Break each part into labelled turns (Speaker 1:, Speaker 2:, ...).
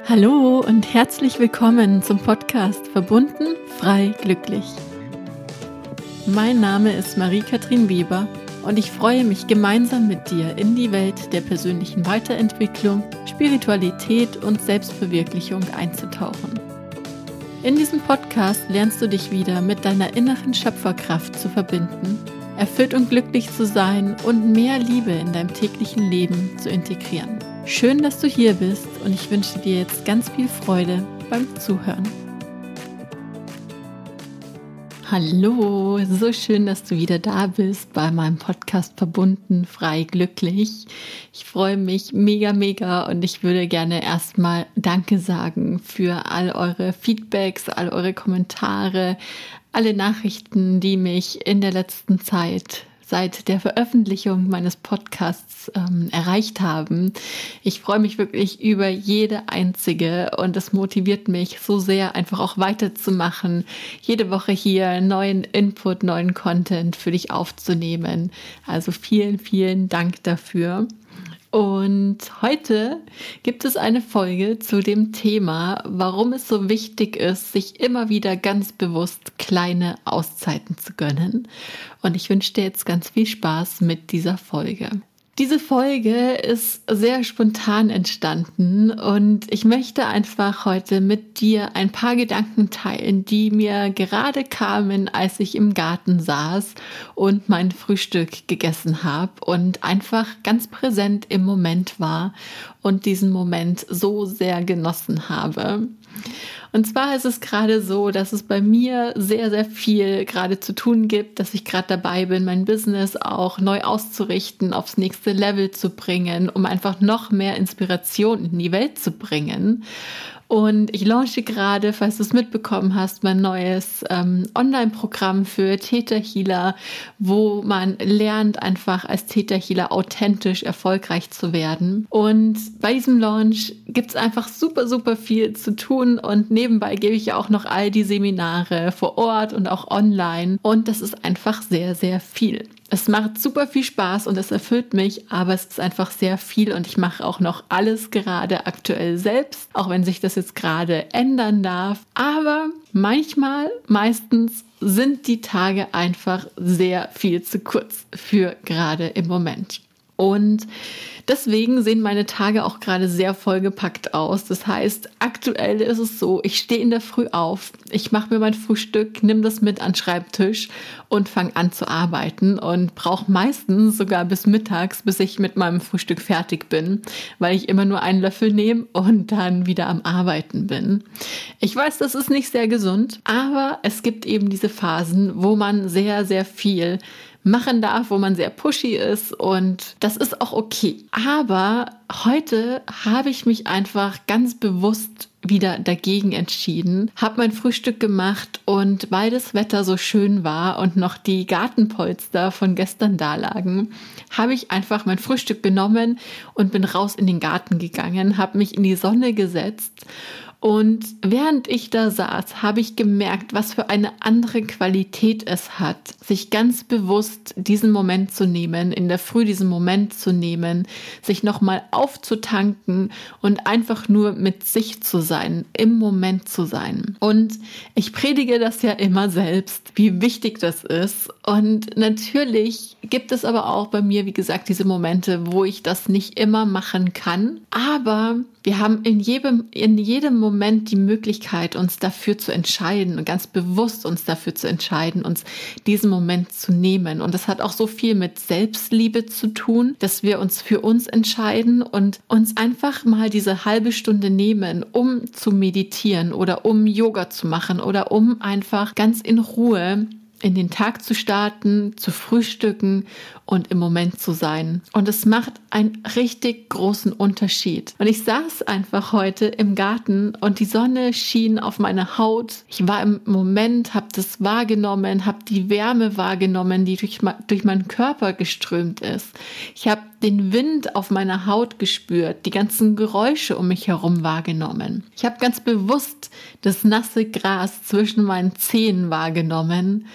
Speaker 1: Hallo und herzlich willkommen zum Podcast Verbunden, frei, glücklich. Mein Name ist Marie-Kathrin Weber und ich freue mich, gemeinsam mit dir in die Welt der persönlichen Weiterentwicklung, Spiritualität und Selbstverwirklichung einzutauchen. In diesem Podcast lernst du dich wieder mit deiner inneren Schöpferkraft zu verbinden, erfüllt und glücklich zu sein und mehr Liebe in deinem täglichen Leben zu integrieren. Schön, dass du hier bist und ich wünsche dir jetzt ganz viel Freude beim Zuhören. Hallo, so schön, dass du wieder da bist bei meinem Podcast Verbunden, frei, glücklich. Ich freue mich mega und ich würde gerne erstmal Danke sagen für all eure Feedbacks, all eure Kommentare, alle Nachrichten, die mich in der letzten Zeit seit der Veröffentlichung meines Podcasts erreicht haben. Ich freue mich wirklich über jede einzige und es motiviert mich so sehr, einfach auch weiterzumachen, jede Woche hier neuen Input, neuen Content für dich aufzunehmen. Also vielen Dank dafür. Und heute gibt es eine Folge zu dem Thema, warum es so wichtig ist, sich immer wieder ganz bewusst kleine Auszeiten zu gönnen. Und ich wünsche dir jetzt ganz viel Spaß mit dieser Folge. Diese Folge ist sehr spontan entstanden und ich möchte einfach heute mit dir ein paar Gedanken teilen, die mir gerade kamen, als ich im Garten saß und mein Frühstück gegessen habe und einfach ganz präsent im Moment war und diesen Moment so sehr genossen habe. Und zwar ist es gerade so, dass es bei mir sehr viel gerade zu tun gibt, dass ich gerade dabei bin, mein Business auch neu auszurichten, aufs nächste Level zu bringen, um einfach noch mehr Inspiration in die Welt zu bringen. Und ich launche gerade, falls du es mitbekommen hast, mein neues Online-Programm für Theta Healer, wo man lernt, einfach als Theta Healer authentisch erfolgreich zu werden. Und bei diesem Launch gibt es einfach super viel zu tun und nebenbei gebe ich ja auch noch all die Seminare vor Ort und auch online. Und das ist einfach sehr viel. Es macht super viel Spaß und es erfüllt mich, aber es ist einfach sehr viel und ich mache auch noch alles gerade aktuell selbst, auch wenn sich das jetzt gerade ändern darf. Aber meistens sind die Tage einfach sehr viel zu kurz für gerade im Moment. Und deswegen sehen meine Tage auch gerade sehr vollgepackt aus. Das heißt, aktuell ist es so, ich stehe in der Früh auf, ich mache mir mein Frühstück, nehme das mit an den Schreibtisch und fange an zu arbeiten und brauche meistens sogar bis mittags, bis ich mit meinem Frühstück fertig bin, weil ich immer nur einen Löffel nehme und dann wieder am Arbeiten bin. Ich weiß, das ist nicht sehr gesund, aber es gibt eben diese Phasen, wo man sehr viel machen darf, wo man sehr pushy ist und das ist auch okay. Aber heute habe ich mich einfach ganz bewusst wieder dagegen entschieden, habe mein Frühstück gemacht und weil das Wetter so schön war und noch die Gartenpolster von gestern da lagen, habe ich einfach mein Frühstück genommen und bin raus in den Garten gegangen, habe mich in die Sonne gesetzt. Und während ich da saß, habe ich gemerkt, was für eine andere Qualität es hat, sich ganz bewusst diesen Moment zu nehmen, in der Früh diesen Moment zu nehmen, sich nochmal aufzutanken und einfach nur mit sich zu sein, im Moment zu sein. Und ich predige das ja immer selbst, wie wichtig das ist. Und natürlich gibt es aber auch bei mir, wie gesagt, diese Momente, wo ich das nicht immer machen kann. Aber wir haben in jedem Moment die Möglichkeit, uns dafür zu entscheiden und ganz bewusst uns dafür zu entscheiden, uns diesen Moment zu nehmen. Und das hat auch so viel mit Selbstliebe zu tun, dass wir uns für uns entscheiden und uns einfach mal diese halbe Stunde nehmen, um zu meditieren oder um Yoga zu machen oder um einfach ganz in Ruhe in den Tag zu starten, zu frühstücken und im Moment zu sein. Und es macht einen richtig großen Unterschied. Und ich saß einfach heute im Garten und die Sonne schien auf meine Haut. Ich war im Moment, habe das wahrgenommen, habe die Wärme wahrgenommen, die durch meinen Körper geströmt ist. Ich habe den Wind auf meiner Haut gespürt, die ganzen Geräusche um mich herum wahrgenommen. Ich habe ganz bewusst das nasse Gras zwischen meinen Zehen wahrgenommen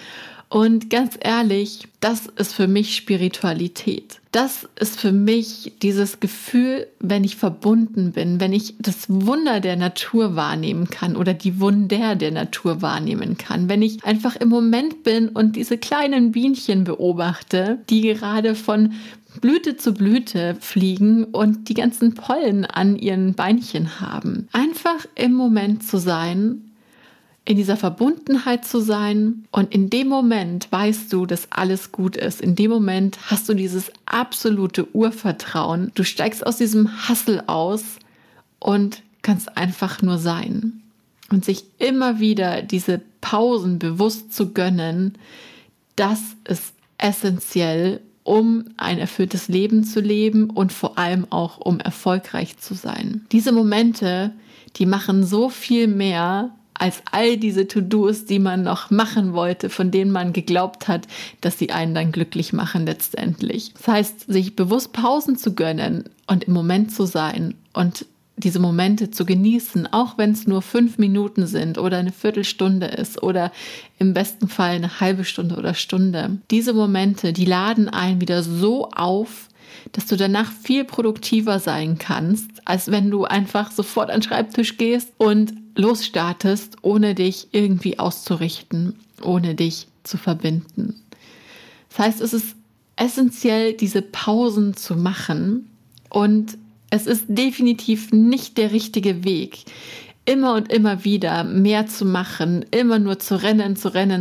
Speaker 1: Und ganz ehrlich, das ist für mich Spiritualität. Das ist für mich dieses Gefühl, wenn ich verbunden bin, wenn ich das Wunder der Natur wahrnehmen kann oder die Wunder der Natur wahrnehmen kann, wenn ich einfach im Moment bin und diese kleinen Bienchen beobachte, die gerade von Blüte zu Blüte fliegen und die ganzen Pollen an ihren Beinchen haben. Einfach im Moment zu sein, in dieser Verbundenheit zu sein, und in dem Moment weißt du, dass alles gut ist. In dem Moment hast du dieses absolute Urvertrauen. Du steigst aus diesem Hassel aus und kannst einfach nur sein. Und sich immer wieder diese Pausen bewusst zu gönnen, das ist essentiell, um ein erfülltes Leben zu leben und vor allem auch, um erfolgreich zu sein. Diese Momente, die machen so viel mehr als all diese To-Dos, die man noch machen wollte, von denen man geglaubt hat, dass sie einen dann glücklich machen letztendlich. Das heißt, sich bewusst Pausen zu gönnen und im Moment zu sein und diese Momente zu genießen, auch wenn es nur 5 Minuten sind oder eine Viertelstunde ist oder im besten Fall eine halbe Stunde oder Stunde. Diese Momente, die laden einen wieder so auf, dass du danach viel produktiver sein kannst, als wenn du einfach sofort an den Schreibtisch gehst und losstartest, ohne dich irgendwie auszurichten, ohne dich zu verbinden. Das heißt, es ist essentiell, diese Pausen zu machen, und es ist definitiv nicht der richtige Weg, immer und immer wieder mehr zu machen, immer nur zu rennen,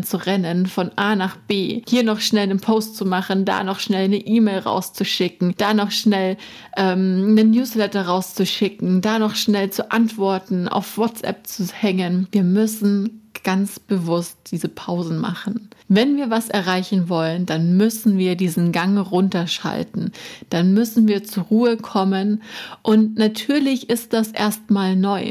Speaker 1: von A nach B. Hier noch schnell einen Post zu machen, da noch schnell eine E-Mail rauszuschicken, da noch schnell einen Newsletter rauszuschicken, da noch schnell zu antworten, auf WhatsApp zu hängen. Wir müssen ganz bewusst diese Pausen machen. Wenn wir was erreichen wollen, dann müssen wir diesen Gang runterschalten. Dann müssen wir zur Ruhe kommen. Und natürlich ist das erstmal neu.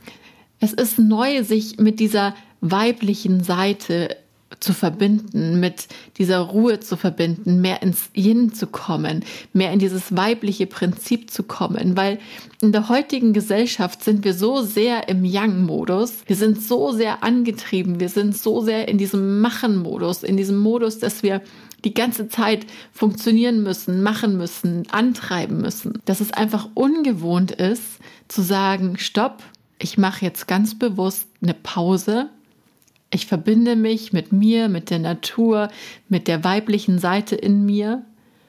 Speaker 1: Es ist neu, sich mit dieser weiblichen Seite zu verbinden, mit dieser Ruhe zu verbinden, mehr ins Yin zu kommen, mehr in dieses weibliche Prinzip zu kommen, weil in der heutigen Gesellschaft sind wir so sehr im Yang-Modus, wir sind so sehr angetrieben, wir sind so sehr in diesem Machen-Modus, in diesem Modus, dass wir die ganze Zeit funktionieren müssen, machen müssen, antreiben müssen, dass es einfach ungewohnt ist, zu sagen, stopp, ich mache jetzt ganz bewusst eine Pause. Ich verbinde mich mit mir, mit der Natur, mit der weiblichen Seite in mir,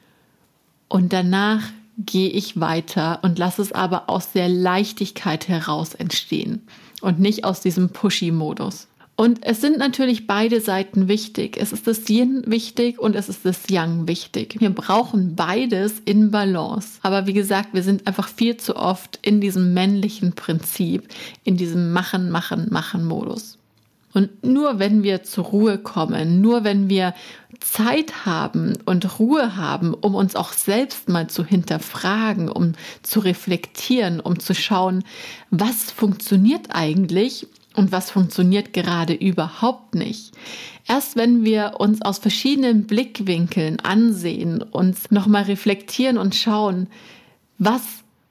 Speaker 1: und danach gehe ich weiter und lasse es aber aus der Leichtigkeit heraus entstehen und nicht aus diesem Pushy-Modus. Und es sind natürlich beide Seiten wichtig. Es ist das Yin wichtig und es ist das Yang wichtig. Wir brauchen beides in Balance. Aber wie gesagt, wir sind einfach viel zu oft in diesem männlichen Prinzip, in diesem Machen-Modus. Und nur wenn wir zur Ruhe kommen, nur wenn wir Zeit haben und Ruhe haben, um uns auch selbst mal zu hinterfragen, um zu reflektieren, um zu schauen, was funktioniert eigentlich und was funktioniert gerade überhaupt nicht. Erst wenn wir uns aus verschiedenen Blickwinkeln ansehen, uns nochmal reflektieren und schauen, was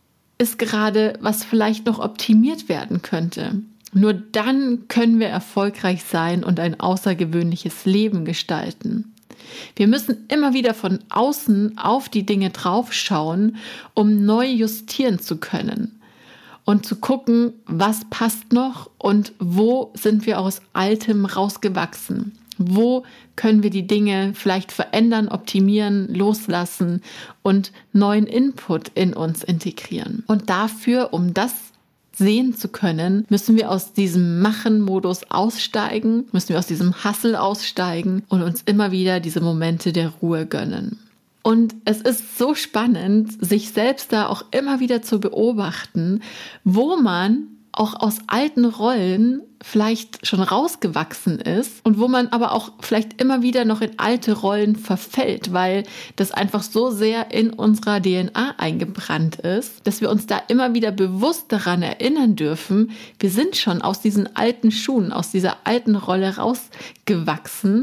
Speaker 1: ist gerade, was vielleicht noch optimiert werden könnte. Nur dann können wir erfolgreich sein und ein außergewöhnliches Leben gestalten. Wir müssen immer wieder von außen auf die Dinge draufschauen, um neu justieren zu können und zu gucken, was passt noch und wo sind wir aus Altem rausgewachsen. Wo können wir die Dinge vielleicht verändern, optimieren, loslassen und neuen Input in uns integrieren. Und dafür, um das sehen zu können, müssen wir aus diesem Machen-Modus aussteigen, müssen wir aus diesem Hustle aussteigen und uns immer wieder diese Momente der Ruhe gönnen. Und es ist so spannend, sich selbst da auch immer wieder zu beobachten, wo man auch aus alten Rollen vielleicht schon rausgewachsen ist und wo man aber auch vielleicht immer wieder noch in alte Rollen verfällt, weil das einfach so sehr in unserer DNA eingebrannt ist, dass wir uns da immer wieder bewusst daran erinnern dürfen, wir sind schon aus diesen alten Schuhen, aus dieser alten Rolle rausgewachsen,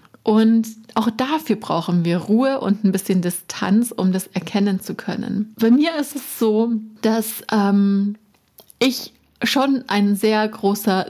Speaker 1: und auch dafür brauchen wir Ruhe und ein bisschen Distanz, um das erkennen zu können. Bei mir ist es so, dass ich schon ein sehr großer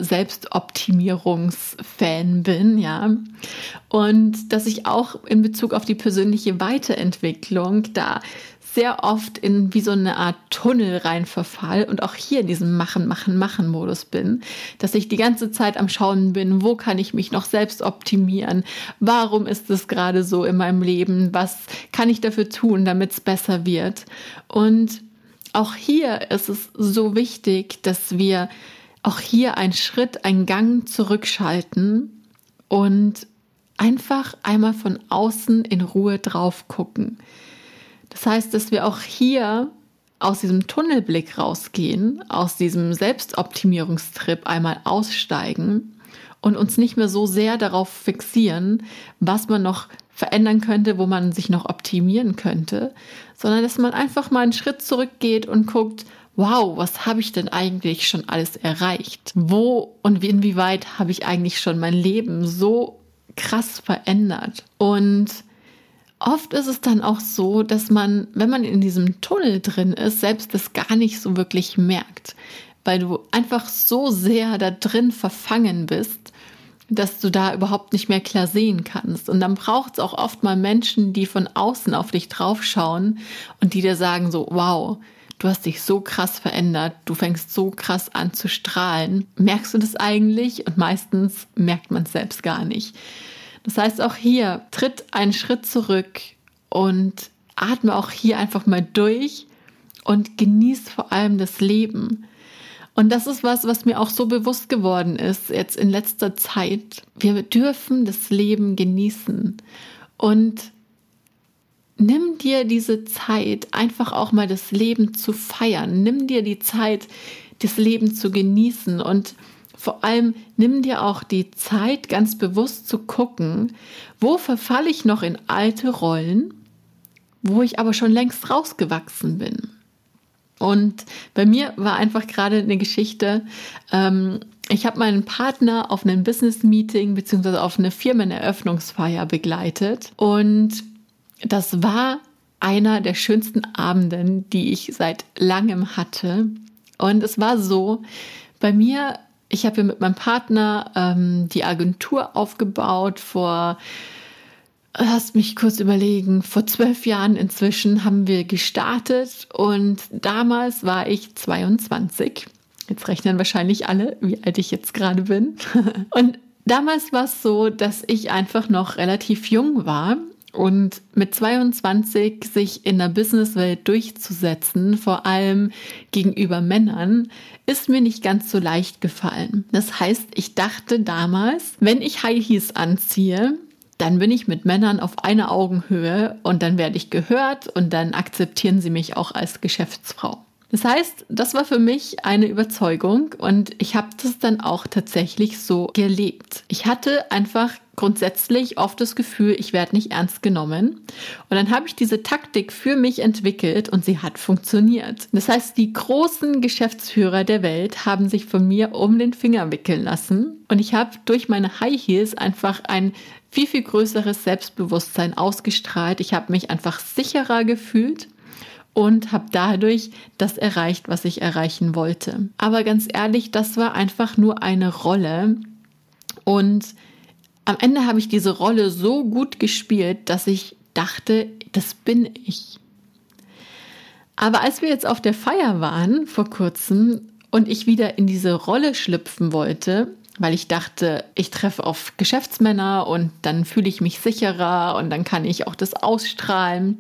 Speaker 1: Selbstoptimierungsfan bin, ja. Und dass ich auch in Bezug auf die persönliche Weiterentwicklung da sehr oft in wie so eine Art Tunnel rein verfall und auch hier in diesem Machen-Modus bin, dass ich die ganze Zeit am Schauen bin, wo kann ich mich noch selbst optimieren? Warum ist es gerade so in meinem Leben? Was kann ich dafür tun, damit es besser wird? Und auch hier ist es so wichtig, dass wir auch hier einen Schritt, einen Gang zurückschalten und einfach einmal von außen in Ruhe drauf gucken. Das heißt, dass wir auch hier aus diesem Tunnelblick rausgehen, aus diesem Selbstoptimierungstrip einmal aussteigen und uns nicht mehr so sehr darauf fixieren, was man noch verändern könnte, wo man sich noch optimieren könnte, sondern dass man einfach mal einen Schritt zurückgeht und guckt, wow, was habe ich denn eigentlich schon alles erreicht? Wo und inwieweit habe ich eigentlich schon mein Leben so krass verändert? Und oft ist es dann auch so, dass man, wenn man in diesem Tunnel drin ist, selbst das gar nicht so wirklich merkt, weil du einfach so sehr da drin verfangen bist, dass du da überhaupt nicht mehr klar sehen kannst. Und dann braucht es auch oft mal Menschen, die von außen auf dich draufschauen und die dir sagen so, wow, du hast dich so krass verändert, du fängst so krass an zu strahlen. Merkst du das eigentlich? Und meistens merkt man es selbst gar nicht. Das heißt, auch hier, tritt einen Schritt zurück und atme auch hier einfach mal durch und genieß vor allem das Leben. Und das ist was mir auch so bewusst geworden ist jetzt in letzter Zeit. Wir dürfen das Leben genießen. Und nimm dir diese Zeit, einfach auch mal das Leben zu feiern. Nimm dir die Zeit, das Leben zu genießen. Und vor allem nimm dir auch die Zeit, ganz bewusst zu gucken, wo verfalle ich noch in alte Rollen, wo ich aber schon längst rausgewachsen bin. Und bei mir war einfach gerade eine Geschichte, ich habe meinen Partner auf einem Business-Meeting bzw. auf eine Firmeneröffnungsfeier begleitet und das war einer der schönsten Abenden, die ich seit langem hatte. Und es war so, bei mir, ich habe ja mit meinem Partner die Agentur aufgebaut Lass mich kurz überlegen, vor 12 Jahren inzwischen haben wir gestartet und damals war ich 22. Jetzt rechnen wahrscheinlich alle, wie alt ich jetzt gerade bin. Und damals war es so, dass ich einfach noch relativ jung war und mit 22 sich in der Businesswelt durchzusetzen, vor allem gegenüber Männern, ist mir nicht ganz so leicht gefallen. Das heißt, ich dachte damals, wenn ich High Heels anziehe, dann bin ich mit Männern auf einer Augenhöhe und dann werde ich gehört und dann akzeptieren sie mich auch als Geschäftsfrau. Das heißt, das war für mich eine Überzeugung und ich habe das dann auch tatsächlich so gelebt. Ich hatte einfach grundsätzlich oft das Gefühl, ich werde nicht ernst genommen. Und dann habe ich diese Taktik für mich entwickelt und sie hat funktioniert. Das heißt, die großen Geschäftsführer der Welt haben sich von mir um den Finger wickeln lassen. Und ich habe durch meine High Heels einfach ein viel, viel größeres Selbstbewusstsein ausgestrahlt. Ich habe mich einfach sicherer gefühlt und habe dadurch das erreicht, was ich erreichen wollte. Aber ganz ehrlich, das war einfach nur eine Rolle. Und am Ende habe ich diese Rolle so gut gespielt, dass ich dachte, das bin ich. Aber als wir jetzt auf der Feier waren vor kurzem und ich wieder in diese Rolle schlüpfen wollte, weil ich dachte, ich treffe auf Geschäftsmänner und dann fühle ich mich sicherer und dann kann ich auch das ausstrahlen.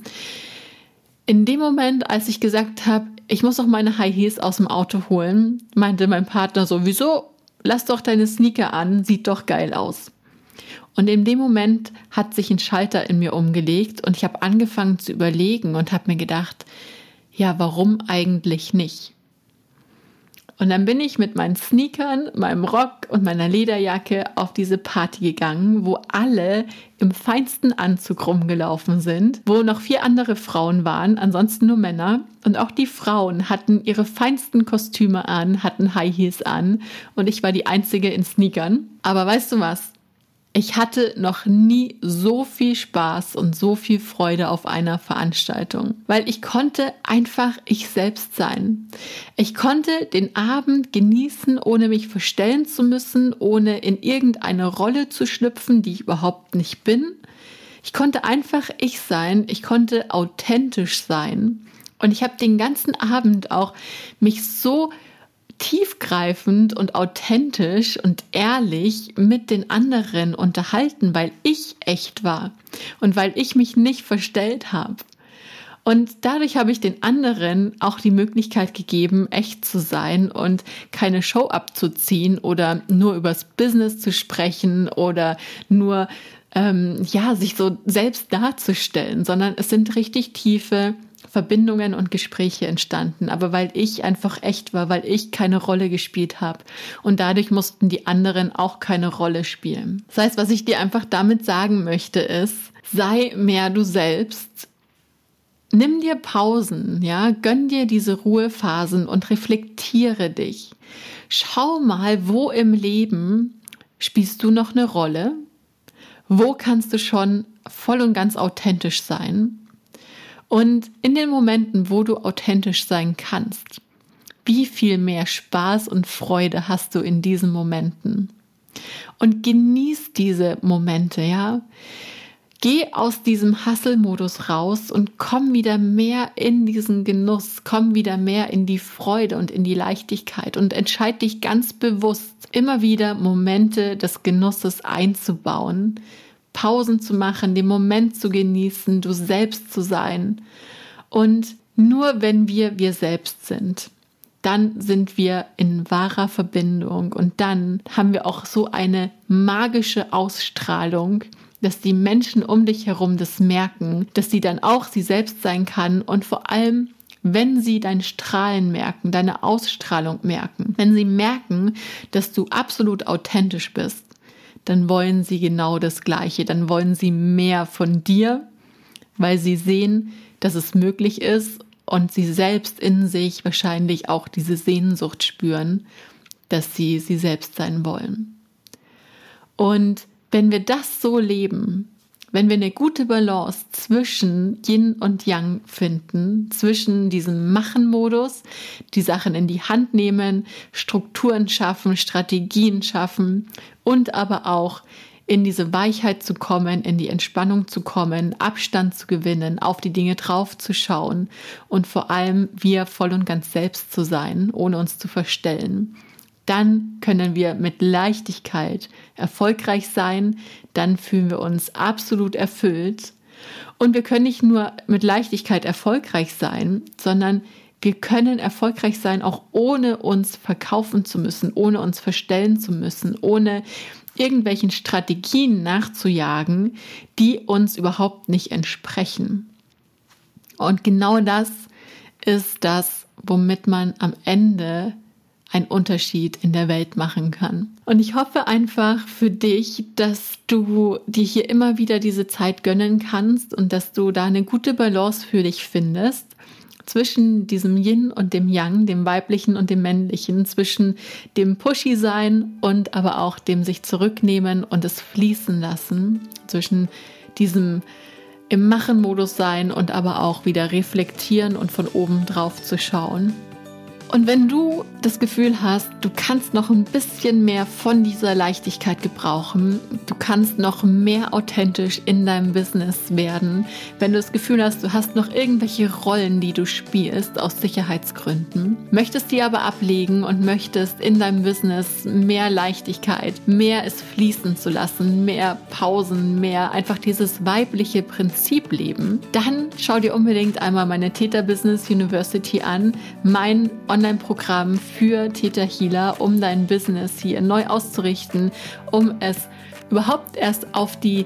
Speaker 1: In dem Moment, als ich gesagt habe, ich muss doch meine High Heels aus dem Auto holen, meinte mein Partner so, wieso? Lass doch deine Sneaker an, sieht doch geil aus. Und in dem Moment hat sich ein Schalter in mir umgelegt und ich habe angefangen zu überlegen und habe mir gedacht, ja, warum eigentlich nicht? Und dann bin ich mit meinen Sneakern, meinem Rock und meiner Lederjacke auf diese Party gegangen, wo alle im feinsten Anzug rumgelaufen sind, wo noch 4 andere Frauen waren, ansonsten nur Männer. Und auch die Frauen hatten ihre feinsten Kostüme an, hatten High Heels an und ich war die Einzige in Sneakern. Aber weißt du was? Ich hatte noch nie so viel Spaß und so viel Freude auf einer Veranstaltung, weil ich konnte einfach ich selbst sein. Ich konnte den Abend genießen, ohne mich verstellen zu müssen, ohne in irgendeine Rolle zu schlüpfen, die ich überhaupt nicht bin. Ich konnte einfach ich sein, ich konnte authentisch sein und ich habe den ganzen Abend auch mich so tiefgreifend und authentisch und ehrlich mit den anderen unterhalten, weil ich echt war und weil ich mich nicht verstellt habe. Und dadurch habe ich den anderen auch die Möglichkeit gegeben, echt zu sein und keine Show abzuziehen oder nur übers Business zu sprechen oder nur sich so selbst darzustellen, sondern es sind richtig tiefe Verbindungen und Gespräche entstanden, aber weil ich einfach echt war, weil ich keine Rolle gespielt habe und dadurch mussten die anderen auch keine Rolle spielen. Das heißt, was ich dir einfach damit sagen möchte ist, sei mehr du selbst, nimm dir Pausen, ja, gönn dir diese Ruhephasen und reflektiere dich. Schau mal, wo im Leben spielst du noch eine Rolle? Wo kannst du schon voll und ganz authentisch sein? Und in den Momenten, wo du authentisch sein kannst, wie viel mehr Spaß und Freude hast du in diesen Momenten? Und genieß diese Momente, ja? Geh aus diesem Hustle-Modus raus und komm wieder mehr in diesen Genuss, komm wieder mehr in die Freude und in die Leichtigkeit und entscheid dich ganz bewusst, immer wieder Momente des Genusses einzubauen, Pausen zu machen, den Moment zu genießen, du selbst zu sein. Und nur wenn wir selbst sind, dann sind wir in wahrer Verbindung und dann haben wir auch so eine magische Ausstrahlung, dass die Menschen um dich herum das merken, dass sie dann auch sie selbst sein kann und vor allem, wenn sie dein Strahlen merken, deine Ausstrahlung merken, wenn sie merken, dass du absolut authentisch bist, dann wollen sie genau das Gleiche, dann wollen sie mehr von dir, weil sie sehen, dass es möglich ist und sie selbst in sich wahrscheinlich auch diese Sehnsucht spüren, dass sie selbst sein wollen. Und wenn wir das so leben, wenn wir eine gute Balance zwischen Yin und Yang finden, zwischen diesem Machen-Modus, die Sachen in die Hand nehmen, Strukturen schaffen, Strategien schaffen und aber auch in diese Weichheit zu kommen, in die Entspannung zu kommen, Abstand zu gewinnen, auf die Dinge drauf zu schauen und vor allem wir voll und ganz selbst zu sein, ohne uns zu verstellen. Dann können wir mit Leichtigkeit erfolgreich sein, dann fühlen wir uns absolut erfüllt und wir können nicht nur mit Leichtigkeit erfolgreich sein, sondern wir können erfolgreich sein, auch ohne uns verkaufen zu müssen, ohne uns verstellen zu müssen, ohne irgendwelchen Strategien nachzujagen, die uns überhaupt nicht entsprechen. Und genau das ist das, womit man am Ende einen Unterschied in der Welt machen kann. Und ich hoffe einfach für dich, dass du dir hier immer wieder diese Zeit gönnen kannst und dass du da eine gute Balance für dich findest zwischen diesem Yin und dem Yang, dem Weiblichen und dem Männlichen, zwischen dem Pushy-Sein und aber auch dem sich zurücknehmen und es fließen lassen, zwischen diesem im Machen-Modus sein und aber auch wieder reflektieren und von oben drauf zu schauen. Und wenn du das Gefühl hast, du kannst noch ein bisschen mehr von dieser Leichtigkeit gebrauchen, du kannst noch mehr authentisch in deinem Business werden, wenn du das Gefühl hast, du hast noch irgendwelche Rollen, die du spielst aus Sicherheitsgründen, möchtest die aber ablegen und möchtest in deinem Business mehr Leichtigkeit, mehr es fließen zu lassen, mehr Pausen, mehr einfach dieses weibliche Prinzip leben, dann schau dir unbedingt einmal meine Theta Business University an, mein Online-Programm für Theta Healer, um dein Business hier neu auszurichten, um es überhaupt erst auf die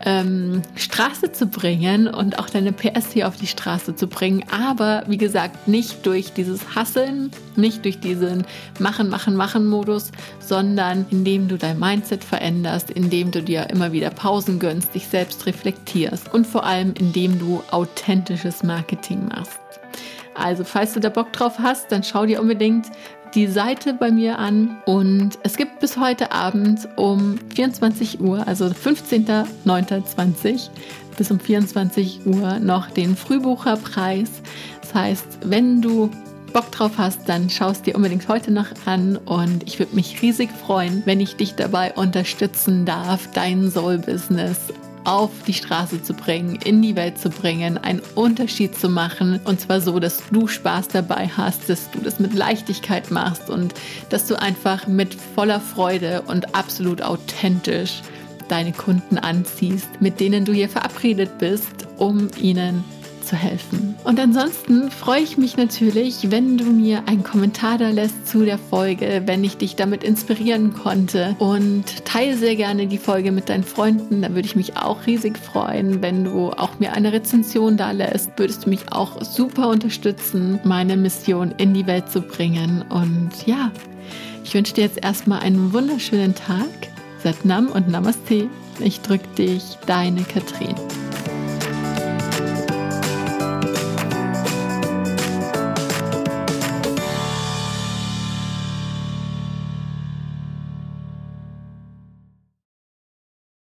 Speaker 1: Straße zu bringen und auch deine PS hier auf die Straße zu bringen. Aber wie gesagt, nicht durch dieses Hasseln, nicht durch diesen Machen-Modus, sondern indem du dein Mindset veränderst, indem du dir immer wieder Pausen gönnst, dich selbst reflektierst und vor allem indem du authentisches Marketing machst. Also falls du da Bock drauf hast, dann schau dir unbedingt die Seite bei mir an. Und es gibt bis heute Abend um 24 Uhr, also 15.09.20 bis um 24 Uhr noch den Frühbucherpreis. Das heißt, wenn du Bock drauf hast, dann schau es dir unbedingt heute noch an und ich würde mich riesig freuen, wenn ich dich dabei unterstützen darf, dein Soul-Business auf die Straße zu bringen, in die Welt zu bringen, einen Unterschied zu machen und zwar so, dass du Spaß dabei hast, dass du das mit Leichtigkeit machst und dass du einfach mit voller Freude und absolut authentisch deine Kunden anziehst, mit denen du hier verabredet bist, um ihnen zu helfen. Und ansonsten freue ich mich natürlich, wenn du mir einen Kommentar da lässt zu der Folge, wenn ich dich damit inspirieren konnte, und teile sehr gerne die Folge mit deinen Freunden, da würde ich mich auch riesig freuen. Wenn du auch mir eine Rezension da lässt, würdest du mich auch super unterstützen, meine Mission in die Welt zu bringen. Und ja, ich wünsche dir jetzt erstmal einen wunderschönen Tag. Sat Nam und Namaste. Ich drücke dich, deine Katrin.